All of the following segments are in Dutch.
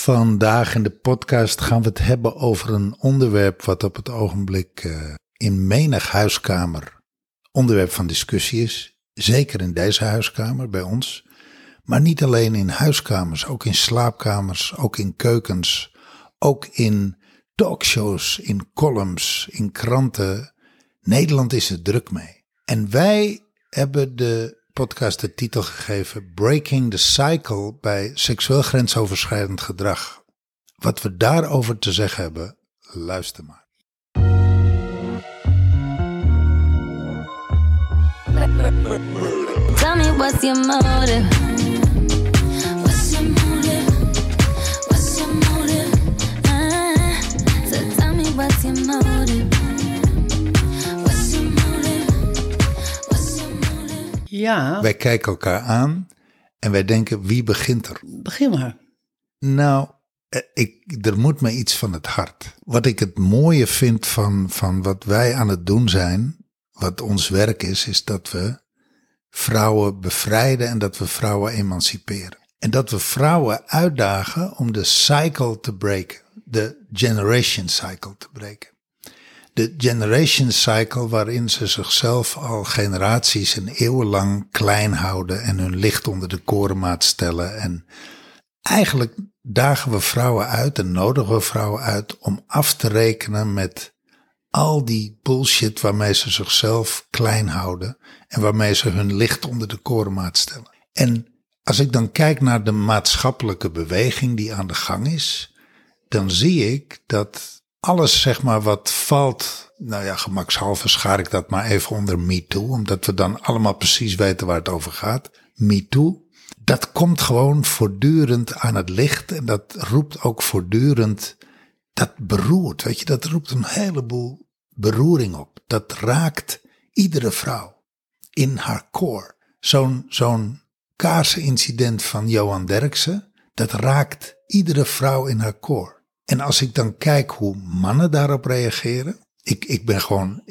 Vandaag in de podcast gaan we het hebben over een onderwerp wat op het ogenblik in menig huiskamer onderwerp van discussie is. Zeker in deze huiskamer bij ons. Maar niet alleen in huiskamers, ook in slaapkamers, ook in keukens, ook in talkshows, in columns, in kranten. Nederland is er druk mee. En wij hebben de podcast de titel gegeven Breaking the Cycle bij seksueel grensoverschrijdend gedrag. Wat we daarover te zeggen hebben, luister maar. Tell me what's your motive? What's your motive? What's your motive? So tell me what's your motive? What's your motive? What's your motive? Ja, Wij kijken elkaar aan en wij denken, wie begint er? begin maar. Nou, er moet me iets van het hart. Wat ik het mooie vind van wat wij aan het doen zijn, wat ons werk is dat we vrouwen bevrijden en dat we vrouwen emanciperen. En dat we vrouwen uitdagen om de cycle te breken, de generation cycle te breken. De generation cycle waarin ze zichzelf al generaties en eeuwenlang klein houden en hun licht onder de korenmaat stellen. En eigenlijk dagen we vrouwen uit en nodigen we vrouwen uit om af te rekenen met al die bullshit waarmee ze zichzelf klein houden en waarmee ze hun licht onder de korenmaat stellen. En als ik dan kijk naar de maatschappelijke beweging die aan de gang is, dan zie ik dat alles zeg maar wat valt, nou ja, gemakshalve schaar ik dat maar even onder MeToo, omdat we dan allemaal precies weten waar het over gaat. MeToo, dat komt gewoon voortdurend aan het licht en dat roept ook voortdurend, dat beroert, weet je, dat roept een heleboel beroering op. Dat raakt iedere vrouw in haar core. Zo'n kaarsenincident van Johan Derksen, dat raakt iedere vrouw in haar core. En als ik dan kijk hoe mannen daarop reageren, ik ben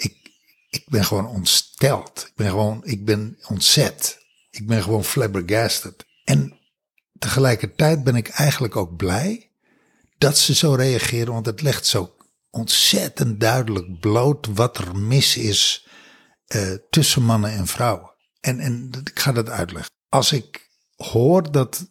gewoon ontsteld. Ik ben ontzet. Ik ben gewoon flabbergasted. En tegelijkertijd ben ik eigenlijk ook blij dat ze zo reageren, want het legt zo ontzettend duidelijk bloot wat er mis is tussen mannen en vrouwen. En ik ga dat uitleggen. Als ik hoor dat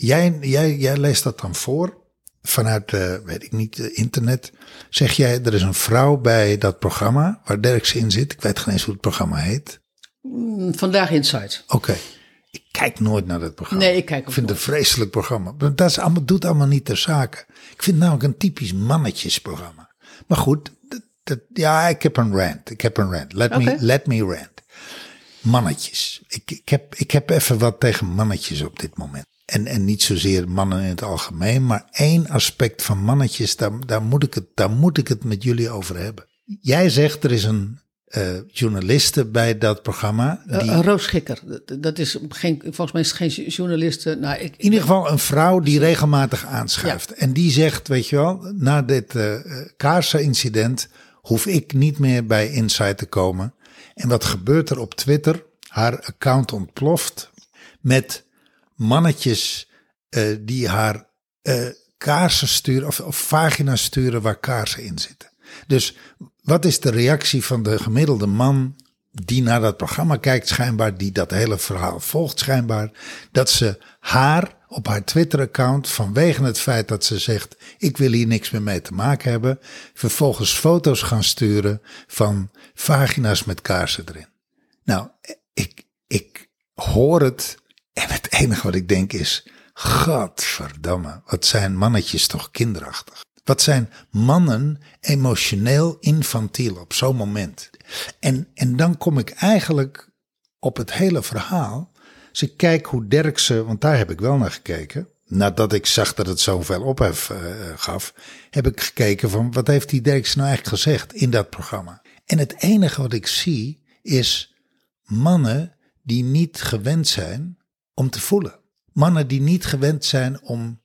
jij leest dat dan voor vanuit, weet ik niet, internet. Zeg jij, er is een vrouw bij dat programma waar Derksen in zit. Ik weet geen eens hoe het programma heet. Vandaag Inside. Oké. Ik kijk nooit naar dat programma. Nee, ik kijk ook Ik vind het nooit. een vreselijk programma. Dat is allemaal, doet allemaal niet ter zake. Ik vind het namelijk een typisch mannetjesprogramma. Maar goed, ja, ik heb een rant. Let me rant. Mannetjes. Ik heb even wat tegen mannetjes op dit moment. En niet zozeer mannen in het algemeen, maar één aspect van mannetjes, daar moet ik het met jullie over hebben. Jij zegt, er is een journaliste bij dat programma. Roos Schikker. Dat is volgens mij is het geen journaliste. Nou, In ieder geval een vrouw die regelmatig aanschuift. Ja. En die zegt, weet je wel, na dit kaarsenincident hoef ik niet meer bij Inside te komen. En wat gebeurt er op Twitter? Haar account ontploft met mannetjes die haar kaarsen sturen of vagina sturen waar kaarsen in zitten. Dus wat is de reactie van de gemiddelde man die naar dat programma kijkt schijnbaar, die dat hele verhaal volgt schijnbaar, dat ze haar op haar Twitter-account vanwege het feit dat ze zegt, ik wil hier niks meer mee te maken hebben, vervolgens foto's gaan sturen van vagina's met kaarsen erin. Nou, ik hoor het en het enige wat ik denk is, gadverdamme, wat zijn mannetjes toch kinderachtig. Wat zijn mannen emotioneel infantiel op zo'n moment. En dan kom ik eigenlijk op het hele verhaal. Als ik kijk hoe Derksen, want daar heb ik wel naar gekeken. Nadat ik zag dat het zoveel ophef gaf, heb ik gekeken van wat heeft die Derksen nou eigenlijk gezegd in dat programma. En het enige wat ik zie is mannen die niet gewend zijn om te voelen. Mannen die niet gewend zijn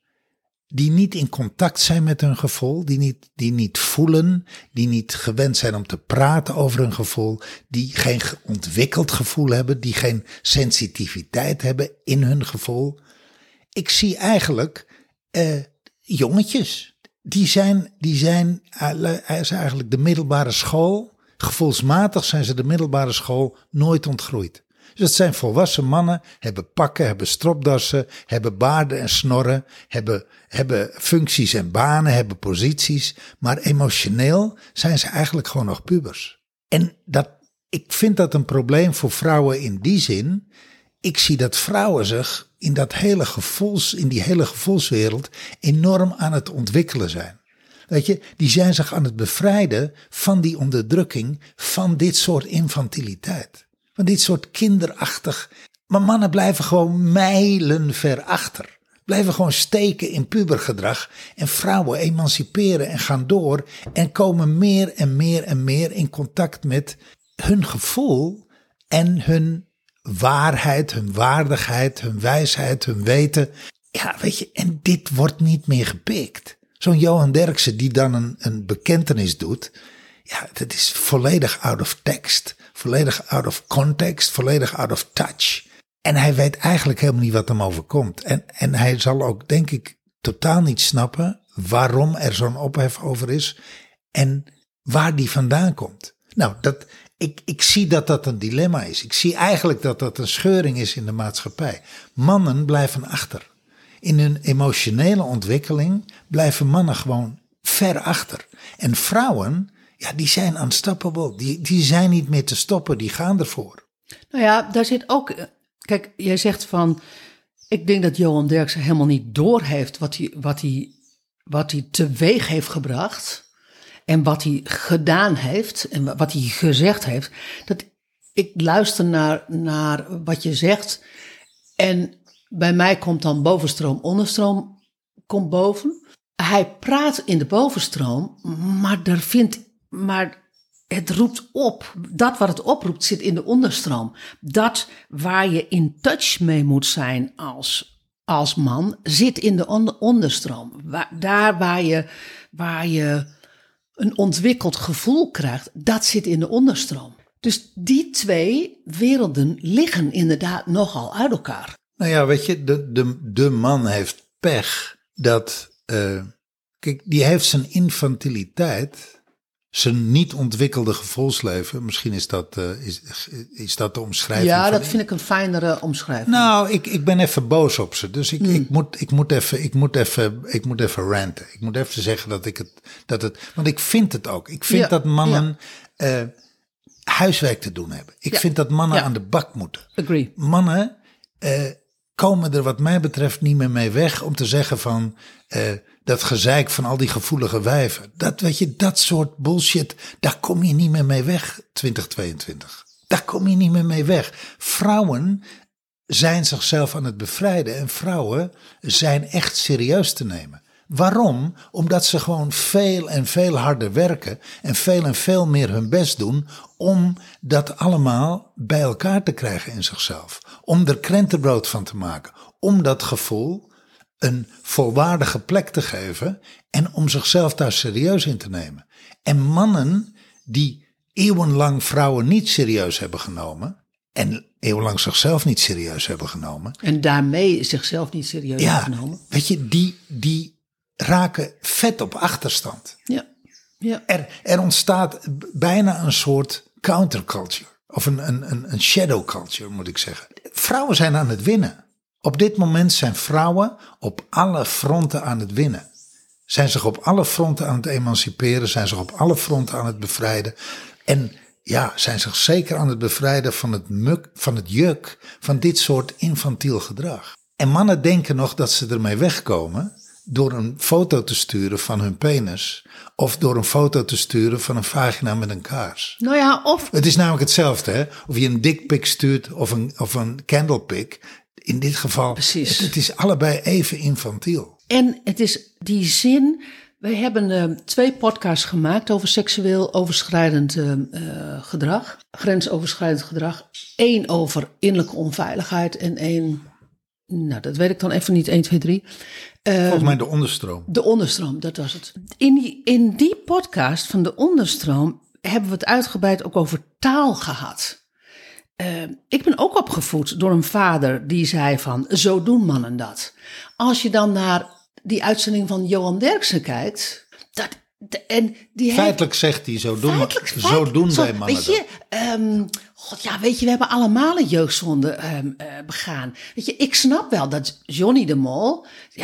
die niet in contact zijn met hun gevoel, die niet voelen, die niet gewend zijn om te praten over hun gevoel, die geen ontwikkeld gevoel hebben, die geen sensitiviteit hebben in hun gevoel. Ik zie eigenlijk jongetjes. Die zijn eigenlijk de middelbare school. Gevoelsmatig zijn ze de middelbare school nooit ontgroeid. Dus het zijn volwassen mannen, hebben pakken, hebben stropdassen, hebben baarden en snorren, hebben functies en banen, hebben posities. Maar emotioneel zijn ze eigenlijk gewoon nog pubers. En ik vind dat een probleem voor vrouwen in die zin. Ik zie dat vrouwen zich in die hele gevoelswereld enorm aan het ontwikkelen zijn. Weet je, die zijn zich aan het bevrijden van die onderdrukking, van dit soort infantiliteit. Van dit soort kinderachtig. Maar mannen blijven gewoon mijlenver achter. Blijven gewoon steken in pubergedrag. En vrouwen emanciperen en gaan door. En komen meer en meer en meer in contact met hun gevoel. En hun waarheid, hun waardigheid, hun wijsheid, hun weten. Ja, weet je, en dit wordt niet meer gepikt. Zo'n Johan Derksen die dan een bekentenis doet. Ja, dat is volledig out of text. Volledig out of context, volledig out of touch. En hij weet eigenlijk helemaal niet wat hem overkomt. En hij zal ook, denk ik, totaal niet snappen waarom er zo'n ophef over is. En waar die vandaan komt. Nou, ik zie dat een dilemma is. Ik zie eigenlijk dat een scheuring is in de maatschappij. Mannen blijven achter. In hun emotionele ontwikkeling blijven mannen gewoon ver achter. En vrouwen, ja, die zijn unstoppable. Die zijn niet meer te stoppen, die gaan ervoor. Nou ja, daar zit ook... Kijk, jij zegt van... Ik denk dat Johan Derksen helemaal niet doorheeft wat hij teweeg heeft gebracht. En wat hij gedaan heeft. En wat hij gezegd heeft. Dat ik luister naar wat je zegt. En bij mij komt dan bovenstroom, onderstroom komt boven. Hij praat in de bovenstroom, maar het roept op. Dat wat het oproept zit in de onderstroom. Dat waar je in touch mee moet zijn als man, zit in de onderstroom. Daar waar je een ontwikkeld gevoel krijgt, dat zit in de onderstroom. Dus die twee werelden liggen inderdaad nogal uit elkaar. Nou ja, weet je, de man heeft pech dat... Kijk, die heeft zijn infantiliteit, zijn niet ontwikkelde gevoelsleven. Misschien is dat de omschrijving. Ja, dat vind ik een fijnere omschrijving. Nou, ik ben even boos op ze. Dus ik moet even ranten. Ik moet even zeggen dat het want ik vind het ook. Ik vind dat mannen huiswerk te doen hebben. Ik vind dat mannen aan de bak moeten. Agree. Mannen komen er wat mij betreft niet meer mee weg om te zeggen van dat gezeik van al die gevoelige wijven. Dat soort bullshit, daar kom je niet meer mee weg 2022. Daar kom je niet meer mee weg. Vrouwen zijn zichzelf aan het bevrijden en vrouwen zijn echt serieus te nemen. Waarom? Omdat ze gewoon veel en veel harder werken en veel meer hun best doen om dat allemaal bij elkaar te krijgen in zichzelf. Om er krentenbrood van te maken. Om dat gevoel een volwaardige plek te geven en om zichzelf daar serieus in te nemen. En mannen die eeuwenlang vrouwen niet serieus hebben genomen en eeuwenlang zichzelf niet serieus hebben genomen. En daarmee zichzelf niet serieus hebben genomen. Weet je, die raken vet op achterstand. Ja. Er ontstaat bijna een soort counterculture. Of een shadow culture, moet ik zeggen. Vrouwen zijn aan het winnen. Op dit moment zijn vrouwen op alle fronten aan het winnen. Zijn zich op alle fronten aan het emanciperen. Zijn zich op alle fronten aan het bevrijden. En ja, zijn zich zeker aan het bevrijden van het juk van dit soort infantiel gedrag. En mannen denken nog dat ze ermee wegkomen door een foto te sturen van hun penis of door een foto te sturen van een vagina met een kaars. Nou ja, of... Het is namelijk hetzelfde, hè? Of je een dickpic stuurt of een candlepic. In dit geval, het is allebei even infantiel. En het is die zin... We hebben 2 podcasts gemaakt over seksueel overschrijdend gedrag. Grensoverschrijdend gedrag. 1 over innerlijke onveiligheid en 1... Nou, dat weet ik dan even niet, 1, 2, 3. Volgens mij de onderstroom. De onderstroom, dat was het. In die podcast van de onderstroom hebben we het uitgebreid ook over taal gehad. Ik ben ook opgevoed door een vader die zei van, zo doen mannen dat. Als je dan naar die uitzending van Johan Derksen kijkt... En die feitelijk zegt hij, zo doen wij mannen weet je, we hebben allemaal een jeugdzonde begaan. Weet je, ik snap wel dat Johnny de Mol,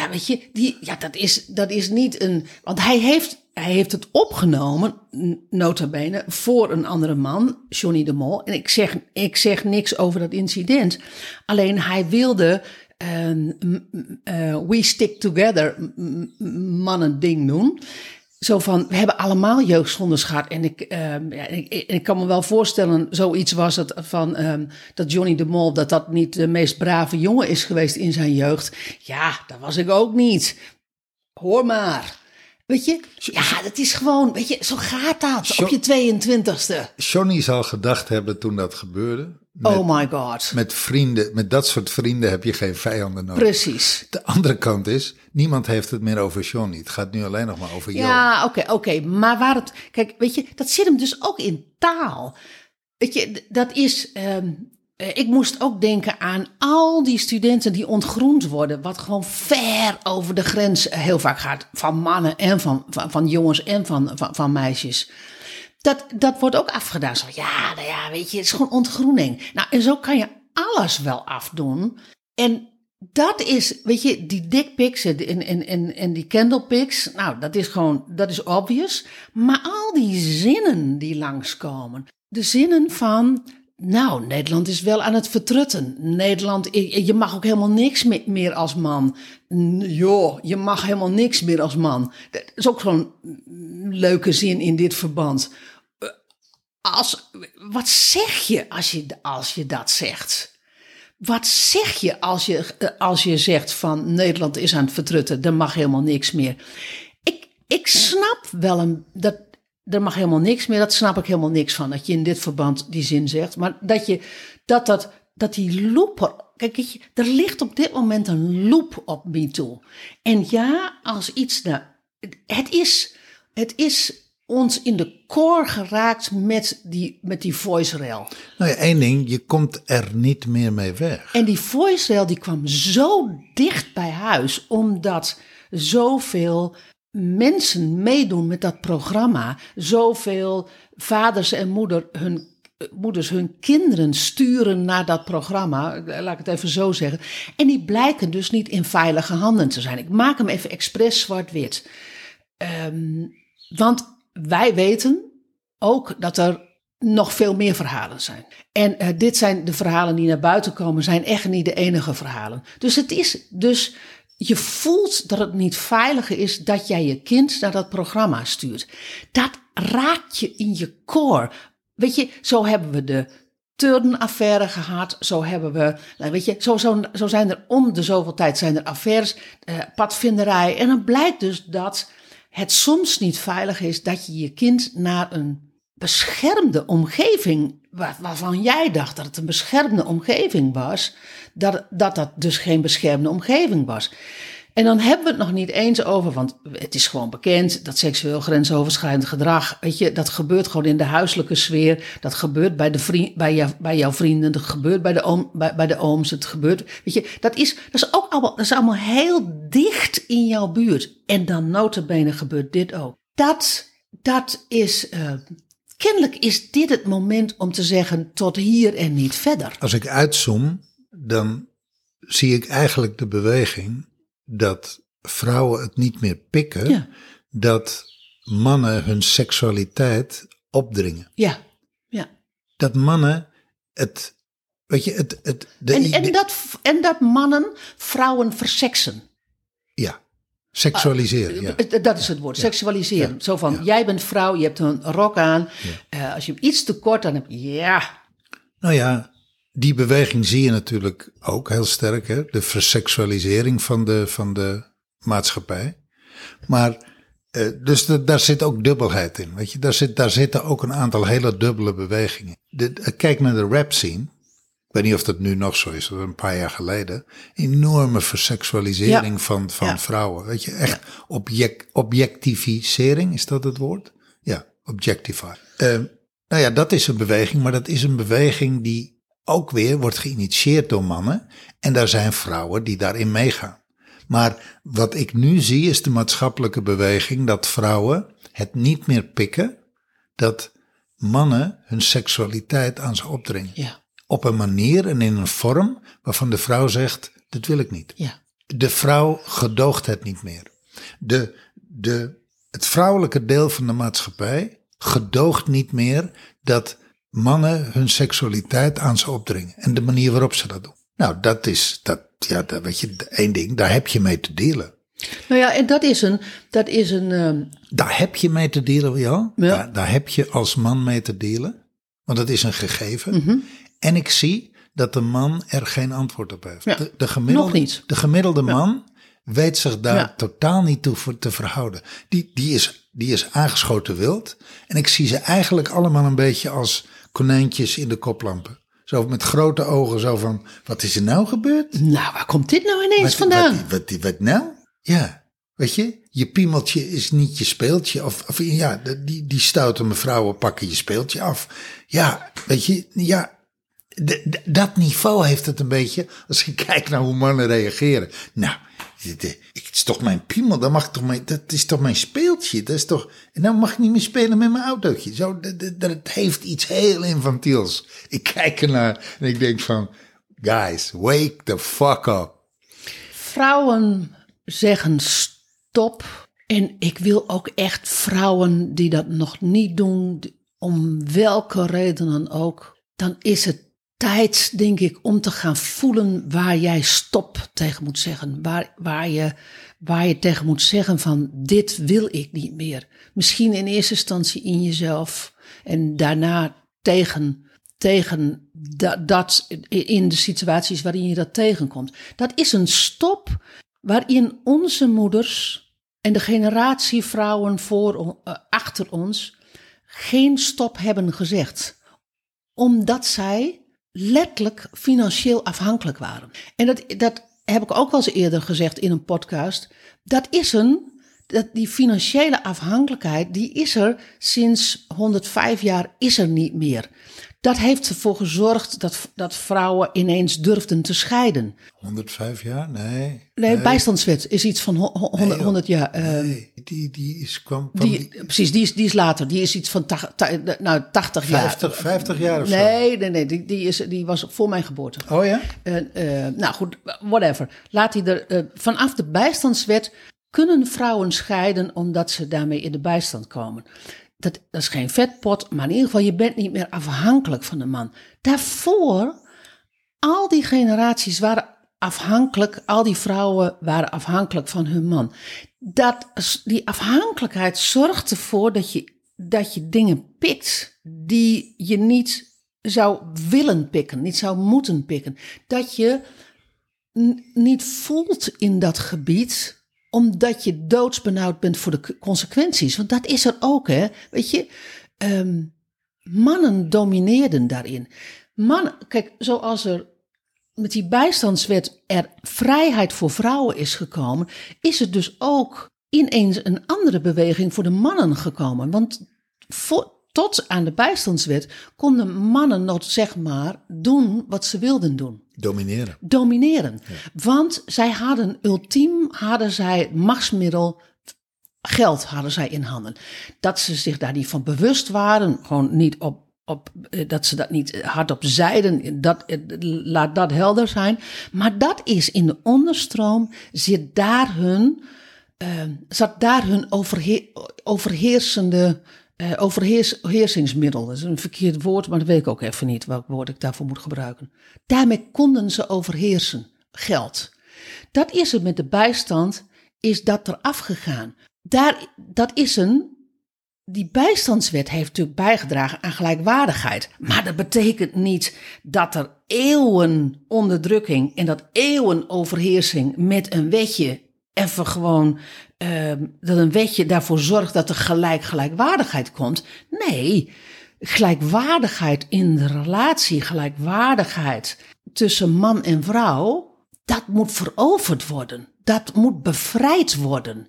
dat is niet een... Want hij heeft het opgenomen, nota bene, voor een andere man, Johnny de Mol. En ik zeg niks over dat incident. Alleen hij wilde... we stick together mannen ding doen. Zo van, we hebben allemaal jeugdzondes gehad. En ik kan me wel voorstellen, zoiets was het van dat Johnny de Mol, dat niet de meest brave jongen is geweest in zijn jeugd. Ja, dat was ik ook niet. Hoor maar. Weet je, ja, dat is gewoon, weet je, zo gaat dat op je 22e. Johnny zal gedacht hebben toen dat gebeurde. Oh my god. Met vrienden, met dat soort vrienden heb je geen vijanden nodig. Precies. De andere kant is, niemand heeft het meer over Johnny. Het gaat nu alleen nog maar over jou. Ja, oké. Maar waar het, kijk, weet je, dat zit hem dus ook in taal. Weet je, dat is, ik moest ook denken aan al die studenten die ontgroend worden. Wat gewoon ver over de grens heel vaak gaat. Van mannen en van jongens en van meisjes. Dat wordt ook afgedaan. Zo, weet je, het is gewoon ontgroening. Nou, en zo kan je alles wel afdoen. En dat is, weet je, die dickpics en die candlepics. Nou, dat is obvious. Maar al die zinnen die langskomen. De zinnen van... Nou, Nederland is wel aan het vertrutten. Nederland, je mag ook helemaal niks meer als man. Joh, je mag helemaal niks meer als man. Dat is ook zo'n leuke zin in dit verband. Wat zeg je als je dat zegt? Wat zeg je als je zegt van Nederland is aan het vertrutten, er mag helemaal niks meer? Ik snap wel dat er mag helemaal niks meer, dat snap ik helemaal niks van, dat je in dit verband die zin zegt. Maar dat die loop, kijk, er ligt op dit moment een loop op MeToo. En ja, als iets, het is ons in de core geraakt met die voice rail. Nou ja, één ding, je komt er niet meer mee weg. En die voice rail die kwam zo dicht bij huis, omdat zoveel mensen meedoen met dat programma. Zoveel vaders en moeders hun kinderen sturen naar dat programma. Laat ik het even zo zeggen. En die blijken dus niet in veilige handen te zijn. Ik maak hem even expres zwart-wit. Want wij weten ook dat er nog veel meer verhalen zijn. En dit zijn de verhalen die naar buiten komen, zijn echt niet de enige verhalen. Dus het is je voelt dat het niet veilig is dat jij je kind naar dat programma stuurt. Dat raakt je in je core. Weet je, zo hebben we de turnaffaire gehad. Zo hebben we, weet je, zo zijn er om de zoveel tijd zijn er affaires, padvinderij. En dan blijkt dus dat het soms niet veilig is dat je je kind naar een beschermde omgeving, waarvan jij dacht dat het een beschermde omgeving was, dat dus geen beschermde omgeving was. En dan hebben we het nog niet eens over, want het is gewoon bekend dat seksueel grensoverschrijdend gedrag, weet je, dat gebeurt gewoon in de huiselijke sfeer, dat gebeurt bij jouw vrienden, dat gebeurt bij de ooms, het gebeurt, weet je, dat is allemaal heel dicht in jouw buurt. En dan nota bene gebeurt dit ook. Dat is, kennelijk is dit het moment om te zeggen tot hier en niet verder. Als ik uitzoom, dan zie ik eigenlijk de beweging dat vrouwen het niet meer pikken, ja. Dat mannen hun seksualiteit opdringen. Ja. Dat mannen het, weet je, dat mannen vrouwen verseksen. Ja, seksualiseren. Ja. Dat is het woord, seksualiseren. Ja. Zo van, jij bent vrouw, je hebt een rok aan. Ja. Als je hem iets te kort aan hebt, ja. Nou ja, die beweging zie je natuurlijk ook heel sterk, hè? De verseksualisering van de maatschappij. Maar dus daar zit ook dubbelheid in, weet je. Daar zitten ook een aantal hele dubbele bewegingen. Kijk naar de rap scene. Ik weet niet of dat nu nog zo is, dat was een paar jaar geleden. Enorme verseksualisering van vrouwen, weet je. Echt objectificering, is dat het woord? Ja, objectify. Nou ja, dat is een beweging, maar dat is een beweging die ook weer wordt geïnitieerd door mannen. En daar zijn vrouwen die daarin meegaan. Maar wat ik nu zie is de maatschappelijke beweging dat vrouwen het niet meer pikken dat mannen hun seksualiteit aan ze opdringen. Ja. Op een manier en in een vorm waarvan de vrouw zegt, dit wil ik niet. Ja. De vrouw gedoogt het niet meer. Het vrouwelijke deel van de maatschappij gedoogt niet meer dat mannen hun seksualiteit aan ze opdringen. En de manier waarop ze dat doen. Nou, dat weet je, één ding, daar heb je mee te dealen. Nou ja, en dat is een Daar heb je mee te dealen, Jan. Ja. Daar heb je als man mee te dealen. Want dat is een gegeven. Mhm. En ik zie dat de man er geen antwoord op heeft. Ja, nog niet. De gemiddelde man weet zich daar Ja. totaal niet toe voor te verhouden. Die is aangeschoten wild. En ik zie ze eigenlijk allemaal een beetje als konijntjes in de koplampen. Zo met grote ogen, zo van, wat is er nou gebeurd? nou, waar komt dit nou ineens vandaan? Wat nou? Ja, weet je piemeltje is niet je speeltje. Of ja, die stoute mevrouwen pakken je speeltje af. Ja, weet je, ja. Dat niveau heeft het een beetje, als je kijkt naar hoe mannen reageren. Nou, het is toch mijn piemel, dat is toch mijn speeltje. Dat is toch, en dan mag ik niet meer spelen met mijn autootje. Zo, dat heeft iets heel infantiels. Ik kijk ernaar en ik denk van, guys, wake the fuck up. Vrouwen zeggen stop. En ik wil ook echt vrouwen die dat nog niet doen, om welke reden dan ook. Dan is het tijd, denk ik, om te gaan voelen waar jij stop tegen moet zeggen. Waar je tegen moet zeggen van, dit wil ik niet meer. Misschien in eerste instantie in jezelf en daarna tegen dat in de situaties waarin je dat tegenkomt. Dat is een stop waarin onze moeders en de generatie vrouwen achter ons geen stop hebben gezegd. Omdat zij letterlijk financieel afhankelijk waren. En dat heb ik ook wel eens eerder gezegd in een podcast. Die financiële afhankelijkheid, die is er sinds 105 jaar is er niet meer. Dat heeft ervoor gezorgd dat vrouwen ineens durfden te scheiden. 105 jaar? Nee. Bijstandswet is iets van 100 jaar. Nee, die kwam precies, die is later. Die is iets van 80 jaar. 50 jaar of zo? Nee, die was voor mijn geboorte. Oh ja? Nou goed, whatever. Laat die er vanaf de bijstandswet kunnen vrouwen scheiden omdat ze daarmee in de bijstand komen. Dat is geen vetpot, maar in ieder geval, je bent niet meer afhankelijk van de man. Daarvoor, al die generaties waren afhankelijk, al die vrouwen waren afhankelijk van hun man. Die afhankelijkheid zorgt ervoor dat je dingen pikt die je niet zou willen pikken, niet zou moeten pikken. Dat je niet voelt in dat gebied, omdat je doodsbenauwd bent voor de consequenties. Want dat is er ook, hè. Weet je, mannen domineerden daarin. Mannen, kijk, zoals er met die bijstandswet er vrijheid voor vrouwen is gekomen, is er dus ook ineens een andere beweging voor de mannen gekomen. Want tot aan de bijstandswet konden mannen nog, zeg maar, doen wat ze wilden doen. Domineren. Ja. Want zij hadden machtsmiddel, geld hadden zij in handen. Dat ze zich daar niet van bewust waren, gewoon niet dat ze dat niet hardop zeiden, laat dat helder zijn. Maar dat is in de onderstroom, zat daar hun overheersingsmiddel. Dat is een verkeerd woord, maar dat weet ik ook even niet welk woord ik daarvoor moet gebruiken. Daarmee konden ze overheersen, geld. Dat is het met de bijstand, is dat eraf gegaan. Die bijstandswet heeft natuurlijk bijgedragen aan gelijkwaardigheid. Maar dat betekent niet dat er eeuwen onderdrukking en dat eeuwen overheersing met een wetje even gewoon, dat een wetje daarvoor zorgt dat er gelijkwaardigheid komt. Nee, gelijkwaardigheid in de relatie, gelijkwaardigheid tussen man en vrouw, dat moet veroverd worden. Dat moet bevrijd worden.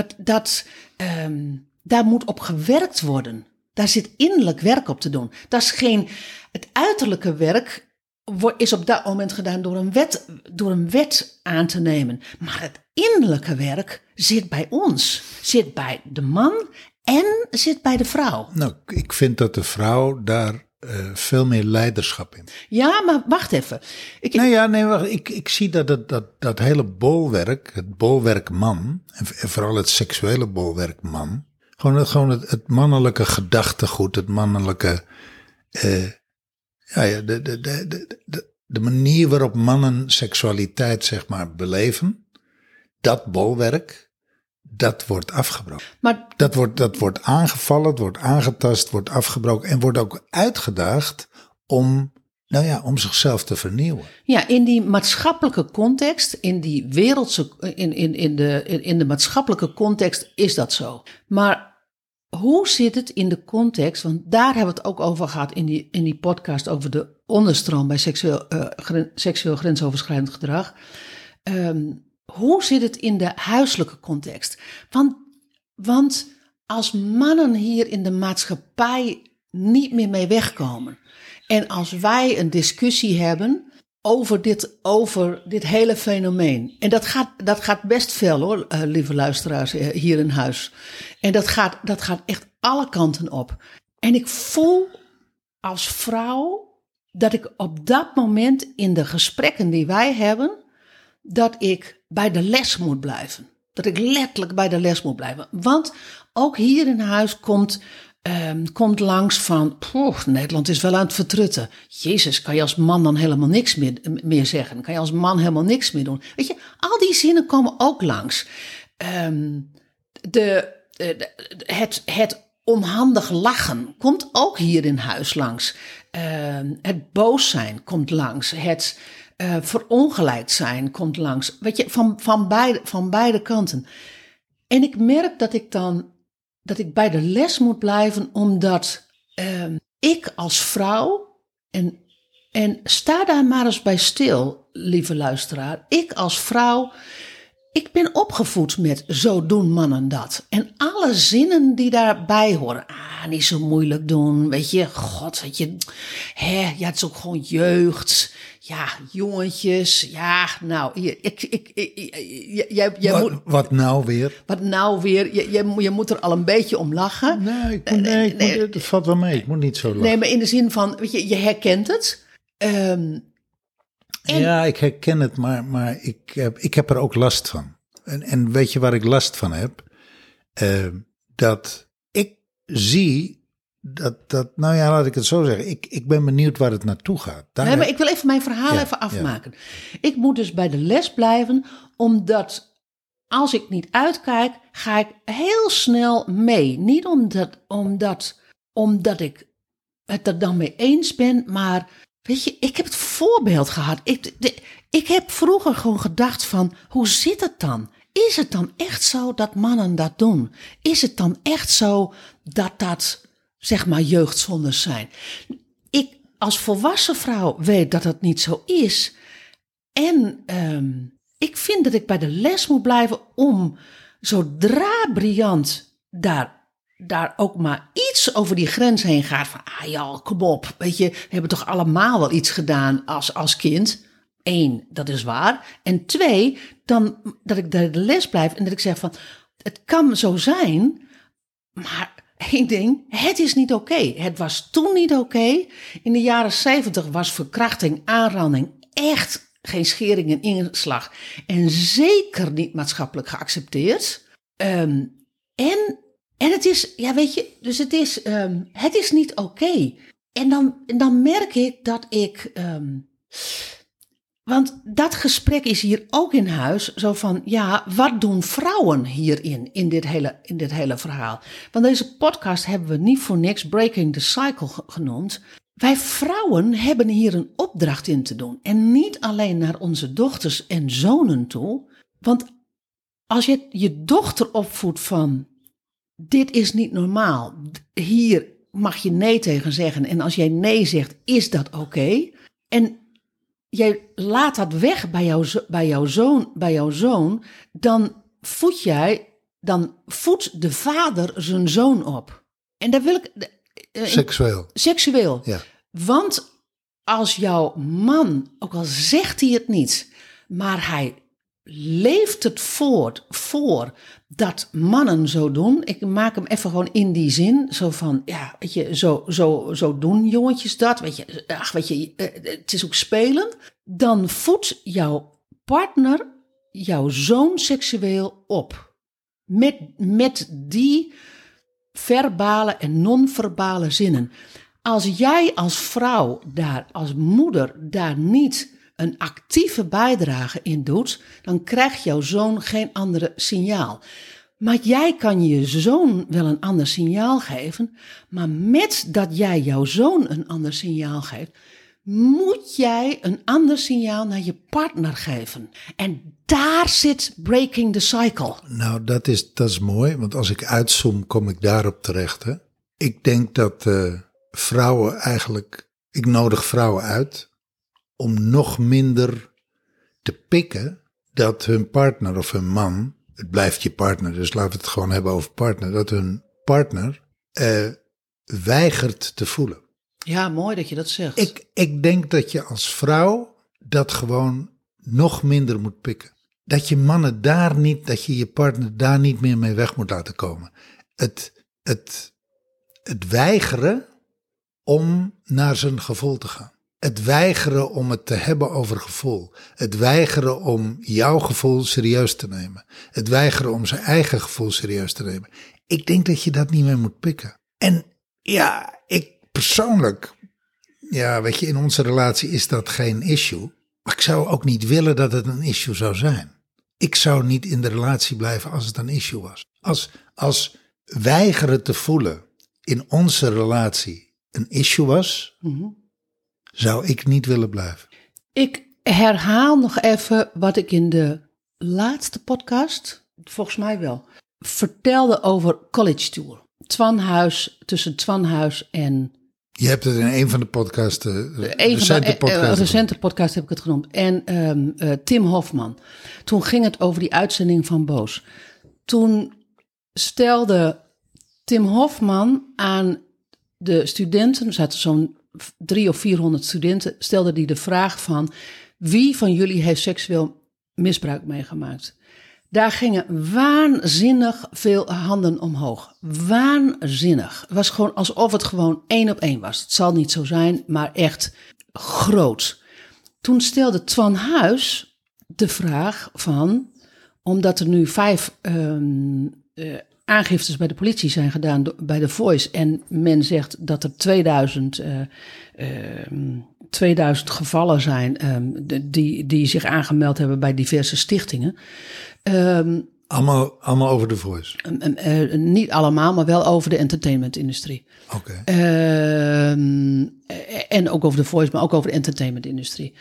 Daar moet op gewerkt worden. Daar zit innerlijk werk op te doen. Dat is geen, het uiterlijke werk is op dat moment gedaan door een wet aan te nemen. Maar het innerlijke werk zit bij ons. Zit bij de man en zit bij de vrouw. Nou, ik vind dat de vrouw daar veel meer leiderschap in. Ja, maar wacht even. Wacht. Ik zie dat hele bolwerk, het bolwerk man, en vooral het seksuele bolwerk man, gewoon het mannelijke gedachtegoed, het mannelijke, de manier waarop mannen seksualiteit, zeg maar, beleven, dat bolwerk, dat wordt afgebroken. Maar Dat wordt aangevallen, het wordt aangetast, wordt afgebroken en wordt ook uitgedaagd om zichzelf te vernieuwen. ja, in die maatschappelijke context, in die wereldse, in de maatschappelijke context is dat zo. Maar hoe zit het in de context, want daar hebben we het ook over gehad in die podcast over de onderstroom bij seksueel grensoverschrijdend gedrag. Hoe zit het in de huiselijke context? Want als mannen hier in de maatschappij niet meer mee wegkomen en als wij een discussie hebben over dit hele fenomeen. En dat gaat best fel hoor, lieve luisteraars hier in huis. En dat gaat echt alle kanten op. En ik voel als vrouw dat ik op dat moment in de gesprekken die wij hebben, dat ik bij de les moet blijven. Dat ik letterlijk bij de les moet blijven. Want ook hier in huis komt langs van, Nederland is wel aan het vertrutten. Jezus, kan je als man dan helemaal niks meer zeggen? Kan je als man helemaal niks meer doen? Weet je, al die zinnen komen ook langs. Het onhandig lachen komt ook hier in huis langs. Het boos zijn komt langs. Het verongelijkt zijn komt langs. Weet je, van beide kanten. En ik merk dat ik bij de les moet blijven, omdat ik als vrouw, en sta daar maar eens bij stil, lieve luisteraar. Ik als vrouw, ik ben opgevoed met zo doen mannen dat. En alle zinnen die daarbij horen. Niet zo moeilijk doen, weet je. God, weet je. Het is ook gewoon jeugd. Ja, jongetjes. Ja, nou, jij moet... Wat nou weer? Wat nou weer? Je moet er al een beetje om lachen. Nee, dat valt wel mee. Ik moet niet zo lachen. Nee, maar in de zin van, weet je herkent het. Ja, ik herken het, maar ik heb er ook last van. En weet je waar ik last van heb? Dat ik zie dat laat ik het zo zeggen. Ik ben benieuwd waar het naartoe gaat. Maar ik wil even mijn verhaal even afmaken. Ja. Ik moet dus bij de les blijven, omdat als ik niet uitkijk, ga ik heel snel mee. Niet omdat ik het er dan mee eens ben, maar weet je, ik heb het voorbeeld gehad. Ik heb vroeger gewoon gedacht van, hoe zit het dan? Is het dan echt zo dat mannen dat doen? Is het dan echt zo dat zeg maar jeugdzondes zijn? Ik als volwassen vrouw weet dat dat niet zo is. En ik vind dat ik bij de les moet blijven om, zodra Briant daar ook maar iets over die grens heen gaat. Van, kom op, weet je, we hebben toch allemaal wel iets gedaan als kind. 1, dat is waar. En 2, dan dat ik bij de les blijf en dat ik zeg van, het kan zo zijn, maar 1 ding, het is niet oké. Het was toen niet oké. In de jaren 70 was verkrachting, aanranding echt geen schering en inslag. En zeker niet maatschappelijk geaccepteerd. En het is, ja weet je, dus het is niet oké. En dan merk ik dat ik, want dat gesprek is hier ook in huis, zo van, ja, wat doen vrouwen hierin, in dit hele verhaal? Want deze podcast hebben we niet voor niks Breaking the Cycle genoemd. Wij vrouwen hebben hier een opdracht in te doen. En niet alleen naar onze dochters en zonen toe. Want als je je dochter opvoedt van, dit is niet normaal. Hier mag je nee tegen zeggen. En als jij nee zegt, is dat oké? En jij laat dat weg bij jouw zoon. Dan voedt de vader zijn zoon op. En daar wil ik... Seksueel. Seksueel. Ja. Want als jouw man, ook al zegt hij het niet, maar hij leeft het voor dat mannen zo doen. Ik maak hem even gewoon in die zin, zo van, ja, weet je, zo doen jongetjes dat, weet je, het is ook spelen. Dan voedt jouw partner jouw zoon seksueel op. Met die verbale en non-verbale zinnen. Als jij als vrouw daar, als moeder, daar niet een actieve bijdrage in doet, dan krijgt jouw zoon geen andere signaal. Maar jij kan je zoon wel een ander signaal geven, maar met dat jij jouw zoon een ander signaal geeft, moet jij een ander signaal naar je partner geven. En daar zit breaking the cycle. Nou, dat is mooi, want als ik uitzoom, kom ik daarop terecht. Hè? Ik denk dat vrouwen eigenlijk, ik nodig vrouwen uit om nog minder te pikken dat hun partner of hun man, het blijft je partner, dus laten we het gewoon hebben over partner, dat hun partner weigert te voelen. Ja, mooi dat je dat zegt. Ik denk dat je als vrouw dat gewoon nog minder moet pikken. Dat je mannen daar niet, dat je je partner daar niet meer mee weg moet laten komen. Het weigeren om naar zijn gevoel te gaan. Het weigeren om het te hebben over gevoel. Het weigeren om jouw gevoel serieus te nemen. Het weigeren om zijn eigen gevoel serieus te nemen. Ik denk dat je dat niet meer moet pikken. En ja, ik persoonlijk, ja, weet je, in onze relatie is dat geen issue. Maar ik zou ook niet willen dat het een issue zou zijn. Ik zou niet in de relatie blijven als het een issue was. Als weigeren te voelen in onze relatie een issue was, zou ik niet willen blijven. Ik herhaal nog even wat ik in de laatste podcast, volgens mij wel, vertelde over College Tour. Tussen Twan Huis en... Je hebt het in een van de podcasts, recente podcast heb ik het genoemd. En Tim Hofman. Toen ging het over die uitzending van Boos. Toen stelde Tim Hofman aan de studenten, er zaten zo'n 300 of 400 studenten, stelde die de vraag van: wie van jullie heeft seksueel misbruik meegemaakt? Daar gingen waanzinnig veel handen omhoog. Waanzinnig. Het was gewoon alsof het gewoon 1 op 1 was. Het zal niet zo zijn, maar echt groot. Toen stelde Twan Huis de vraag van, omdat er nu 5 aangiftes bij de politie zijn gedaan bij The Voice en men zegt dat er 2000 gevallen zijn die zich aangemeld hebben bij diverse stichtingen. Allemaal over The Voice? Niet allemaal, maar wel over de entertainmentindustrie. Oké. En ook over The Voice, maar ook over de entertainmentindustrie.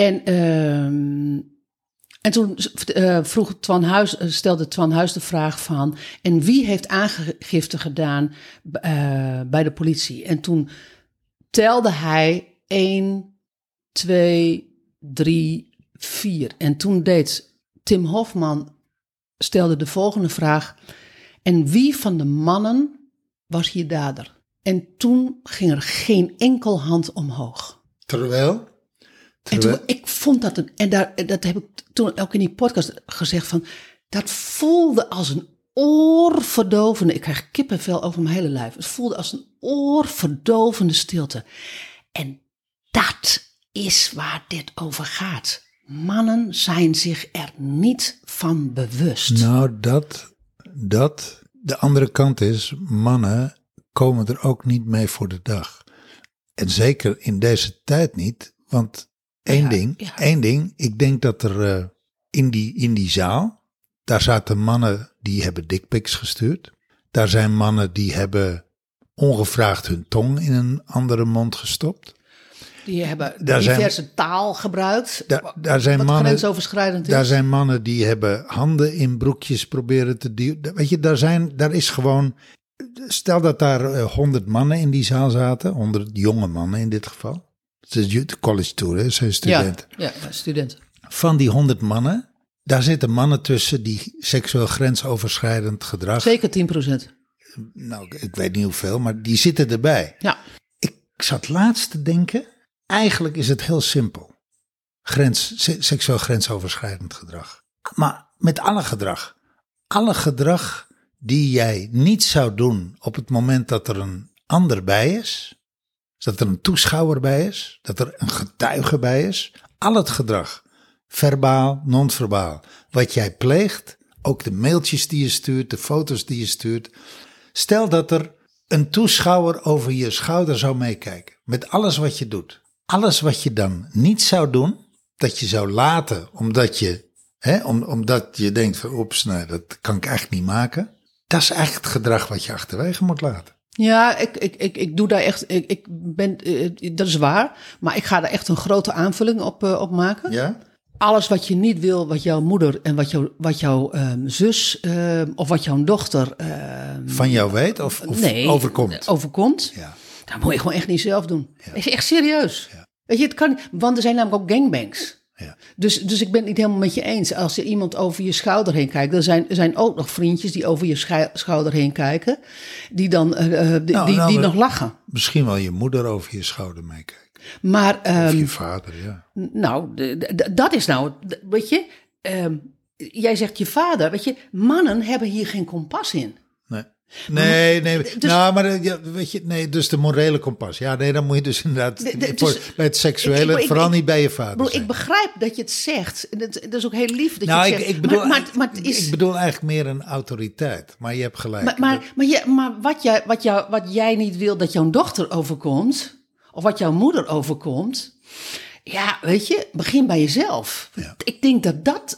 En toen stelde Twan Huis de vraag van, en wie heeft aangifte gedaan bij de politie? En toen telde hij 1, 2, 3, 4. En toen deed Tim Hofman, stelde de volgende vraag: en wie van de mannen was hier dader? En toen ging er geen enkel hand omhoog. Terwijl? En toen, ik vond dat, dat heb ik toen ook in die podcast gezegd van, dat voelde als een oorverdovende, ik krijg kippenvel over mijn hele lijf. Het voelde als een oorverdovende stilte. En dat is waar dit over gaat. Mannen zijn zich er niet van bewust. Nou, de andere kant is, mannen komen er ook niet mee voor de dag. En zeker in deze tijd niet, want één ding, ik denk dat er in die zaal, daar zaten mannen die hebben dickpics gestuurd. Daar zijn mannen die hebben ongevraagd hun tong in een andere mond gestopt. Die hebben diverse taal gebruikt, daar zijn wat mannen, grensoverschrijdend is. Daar zijn mannen die hebben handen in broekjes proberen te duwen. Weet je, daar is gewoon, stel dat daar 100 mannen in die zaal zaten, 100 jonge mannen in dit geval. Het is de college tour, hè, zijn studenten. Ja, studenten. Van die 100 mannen, daar zitten mannen tussen die seksueel grensoverschrijdend gedrag. Zeker 10%. Nou, ik weet niet hoeveel, maar die zitten erbij. Ja. Ik zat laatst te denken, eigenlijk is het heel simpel. Seksueel grensoverschrijdend gedrag. Maar met alle gedrag. Alle gedrag die jij niet zou doen op het moment dat er een ander bij is. Dat er een toeschouwer bij is. Dat er een getuige bij is. Al het gedrag. Verbaal, non-verbaal. Wat jij pleegt. Ook de mailtjes die je stuurt. De foto's die je stuurt. Stel dat er een toeschouwer over je schouder zou meekijken. Met alles wat je doet. Alles wat je dan niet zou doen. Dat je zou laten omdat je, omdat je denkt van oeps, nee, dat kan ik eigenlijk niet maken. Dat is eigenlijk het gedrag wat je achterwege moet laten. Ja, ik doe daar echt, dat is waar. Maar ik ga daar echt een grote aanvulling op maken. Ja? Alles wat je niet wil, wat jouw moeder en wat jouw zus of wat jouw dochter... Van jou weet of overkomt? Ja. Dat moet je gewoon echt niet zelf doen. Ja. Is echt serieus. Ja. Weet je, het kan niet, want er zijn namelijk ook gangbangs. Ja. Dus ik ben het niet helemaal met je eens. Als er iemand over je schouder heen kijkt, er zijn ook nog vriendjes die over je schouder heen kijken, die dan die nog lachen. Misschien wel je moeder over je schouder meekijkt. Maar of je vader, ja. Nou, dat is nou, weet je, jij zegt je vader, weet je, mannen hebben hier geen kompas in. Nee. Dus, nou, maar weet je, nee, dus de morele kompas. Ja, nee, dan moet je dus inderdaad bij het seksuele, vooral niet bij je vader zijn. Ik begrijp dat je het zegt. Dat is ook heel lief dat nou, je het zegt. Ik bedoel eigenlijk meer een autoriteit. Maar je hebt gelijk. Maar wat jij niet wil dat jouw dochter overkomt, of wat jouw moeder overkomt, ja, weet je, begin bij jezelf. Ja. Ik denk dat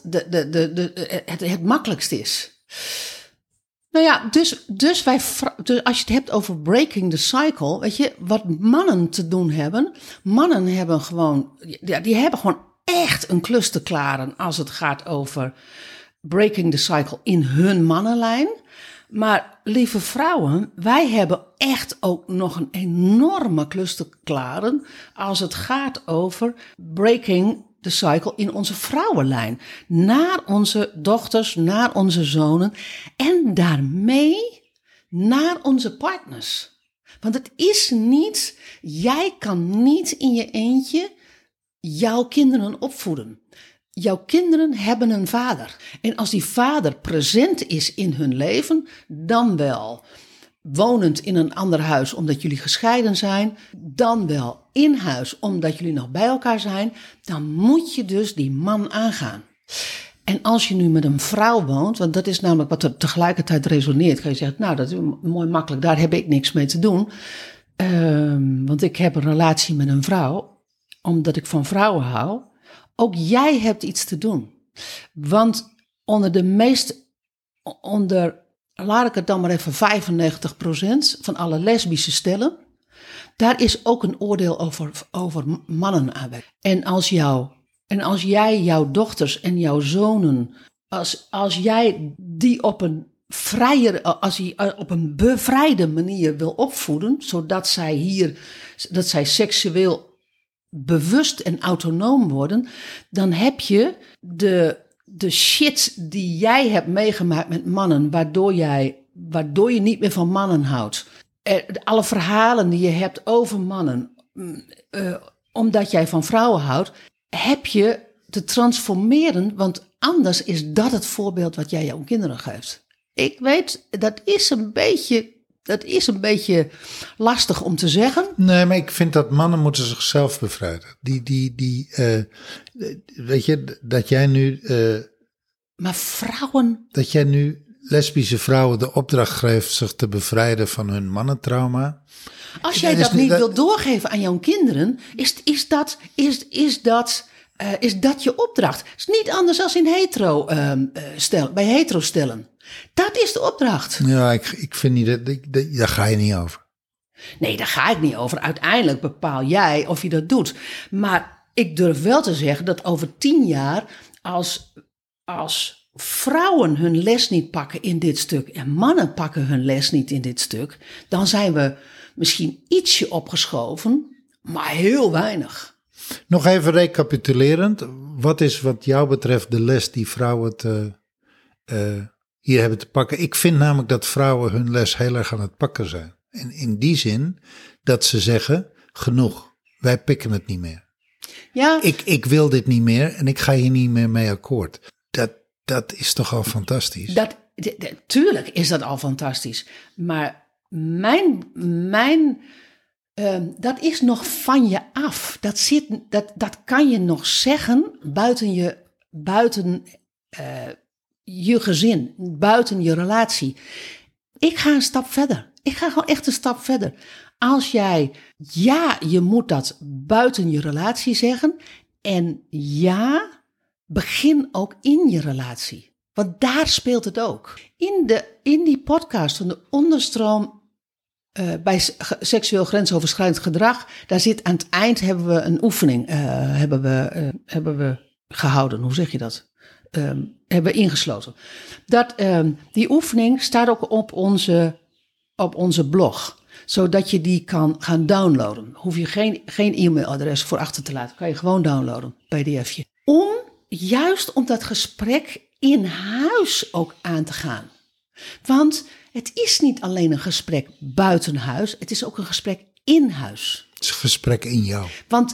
het makkelijkst is. Nou ja, dus als je het hebt over breaking the cycle, weet je, wat mannen te doen hebben. Mannen hebben gewoon, die hebben gewoon echt een klus te klaren als het gaat over breaking the cycle in hun mannenlijn. Maar lieve vrouwen, wij hebben echt ook nog een enorme klus te klaren als het gaat over breaking the cycle in onze vrouwenlijn. Naar onze dochters, naar onze zonen en daarmee naar onze partners. Want het is niet, jij kan niet in je eentje jouw kinderen opvoeden. Jouw kinderen hebben een vader. En als die vader present is in hun leven, dan wel wonend in een ander huis omdat jullie gescheiden zijn, dan wel in huis omdat jullie nog bij elkaar zijn, dan moet je dus die man aangaan. En als je nu met een vrouw woont, want dat is namelijk wat er tegelijkertijd resoneert, kan je zeggen, nou dat is mooi makkelijk, daar heb ik niks mee te doen. Want ik heb een relatie met een vrouw, omdat ik van vrouwen hou. Ook jij hebt iets te doen. Want laat ik het dan maar even 95% van alle lesbische stellen, daar is ook een oordeel over mannen aanwezig. En als jij jouw dochters en jouw zonen, als jij die op een bevrijde manier wil opvoeden, zodat zij seksueel bewust en autonoom worden, dan heb je de shit die jij hebt meegemaakt met mannen, waardoor je niet meer van mannen houdt. Alle verhalen die je hebt over mannen, omdat jij van vrouwen houdt, heb je te transformeren, want anders is dat het voorbeeld wat jij jouw kinderen geeft. Ik weet, dat is een beetje lastig om te zeggen. Nee, maar ik vind dat mannen moeten zichzelf bevrijden. Weet je, dat jij nu... maar vrouwen... Dat jij nu lesbische vrouwen de opdracht geeft zich te bevrijden van hun mannentrauma. Als jij dat niet wil doorgeven aan jouw kinderen, is dat je opdracht. Het is niet anders dan bij hetero-stellen. Dat is de opdracht. Ja, ik vind niet, daar ga je niet over. Nee, daar ga ik niet over. Uiteindelijk bepaal jij of je dat doet. Maar ik durf wel te zeggen dat over 10 jaar, als vrouwen hun les niet pakken in dit stuk en mannen pakken hun les niet in dit stuk, dan zijn we misschien ietsje opgeschoven, maar heel weinig. Nog even recapitulerend. Wat is wat jou betreft de les die vrouwen hier hebben te pakken? Ik vind namelijk dat vrouwen hun les heel erg aan het pakken zijn. En in die zin dat ze zeggen, genoeg. wij pikken het niet meer. Ja, Ik wil dit niet meer en ik ga hier niet meer mee akkoord. Dat is toch al fantastisch? tuurlijk is dat al fantastisch. Maar dat is nog van je af. Dat kan je nog zeggen buiten je gezin, buiten je relatie. Ik ga een stap verder. Ik ga gewoon echt een stap verder. Als jij, je moet dat buiten je relatie zeggen. En begin ook in je relatie. Want daar speelt het ook. In die podcast van de onderstroom bij seksueel grensoverschrijdend gedrag, daar zit aan het eind hebben we een oefening hebben we gehouden. Hoe zeg je dat? Hebben we ingesloten. Die oefening staat ook op onze blog. Zodat je die kan gaan downloaden. Hoef je geen e-mailadres voor achter te laten. Kan je gewoon downloaden, pdfje. Juist om dat gesprek in huis ook aan te gaan. Want het is niet alleen een gesprek buiten huis. Het is ook een gesprek in huis. Het is een gesprek in jou. Want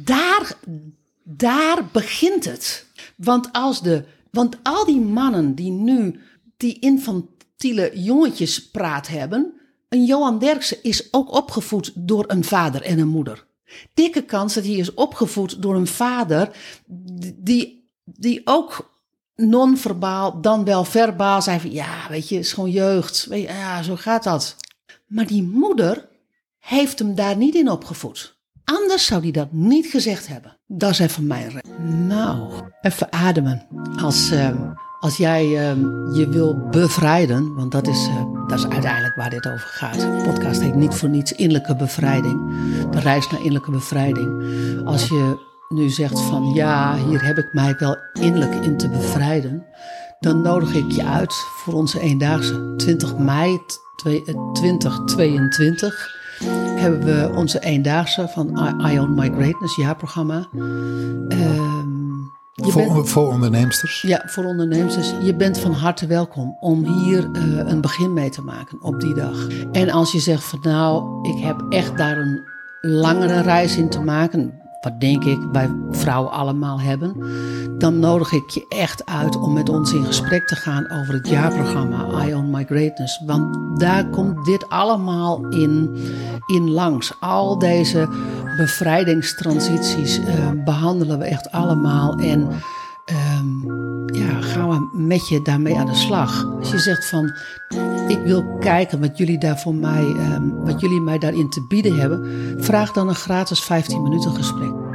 daar begint het. Want al die mannen die nu die infantiele jongetjespraat hebben. Een Johan Derksen is ook opgevoed door een vader en een moeder. Dikke kans dat hij is opgevoed door een vader die ook non-verbaal, dan wel verbaal zei van ja, weet je, het is gewoon jeugd. Weet je, ja, zo gaat dat. Maar die moeder heeft hem daar niet in opgevoed. Anders zou hij dat niet gezegd hebben. Dat is even mijn reden. Nou, even ademen. Als jij je wil bevrijden, want dat is uiteindelijk waar dit over gaat. De podcast heet niet voor niets innerlijke bevrijding. De reis naar innerlijke bevrijding. Als je nu zegt van ja, hier heb ik mij wel innerlijk in te bevrijden, dan nodig ik je uit voor onze eendaagse. 20 mei 2022 hebben we onze eendaagse van I Own My Greatness jaarprogramma. Voor onderneemsters? Ja, voor ondernemers. Je bent van harte welkom om hier een begin mee te maken op die dag. En als je zegt van nou, ik heb echt daar een langere reis in te maken, wat denk ik wij vrouwen allemaal hebben, dan nodig ik je echt uit om met ons in gesprek te gaan over het jaarprogramma I Own My Greatness. Want daar komt dit allemaal in langs. Al deze bevrijdingstransities behandelen we echt allemaal en gaan we met je daarmee aan de slag. Als je zegt van ik wil kijken wat jullie mij daarin te bieden hebben, vraag dan een gratis 15 minuten gesprek.